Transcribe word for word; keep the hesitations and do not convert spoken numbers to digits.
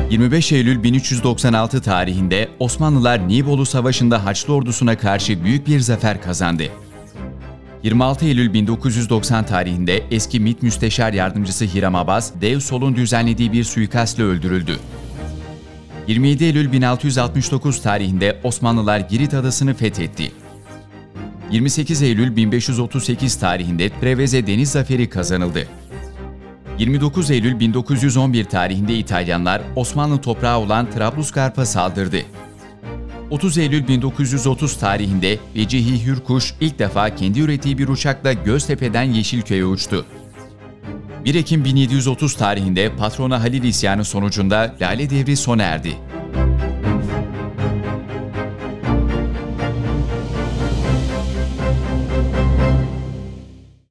yirmi beş Eylül bin üç yüz doksan altı tarihinde Osmanlılar Nibolu Savaşı'nda Haçlı ordusuna karşı büyük bir zafer kazandı. yirmi altı Eylül bin dokuz yüz doksan tarihinde eski MİT Müsteşar Yardımcısı Hiram Abbas, Dev Sol'un düzenlediği bir suikastla öldürüldü. yirmi yedi Eylül bin altı yüz altmış dokuz tarihinde Osmanlılar Girit Adası'nı fethetti. yirmi sekiz Eylül bin beş yüz otuz sekiz tarihinde Treveze Deniz Zaferi kazanıldı. yirmi dokuz Eylül bin dokuz yüz on bir tarihinde İtalyanlar Osmanlı toprağı olan Trablusgarp'a saldırdı. otuz Eylül bin dokuz yüz otuz tarihinde Vecihi Hürkuş ilk defa kendi ürettiği bir uçakla Göztepe'den Yeşilköy'e uçtu. bir Ekim bin yedi yüz otuz tarihinde Patrona Halil isyanı sonucunda Lale Devri sona erdi.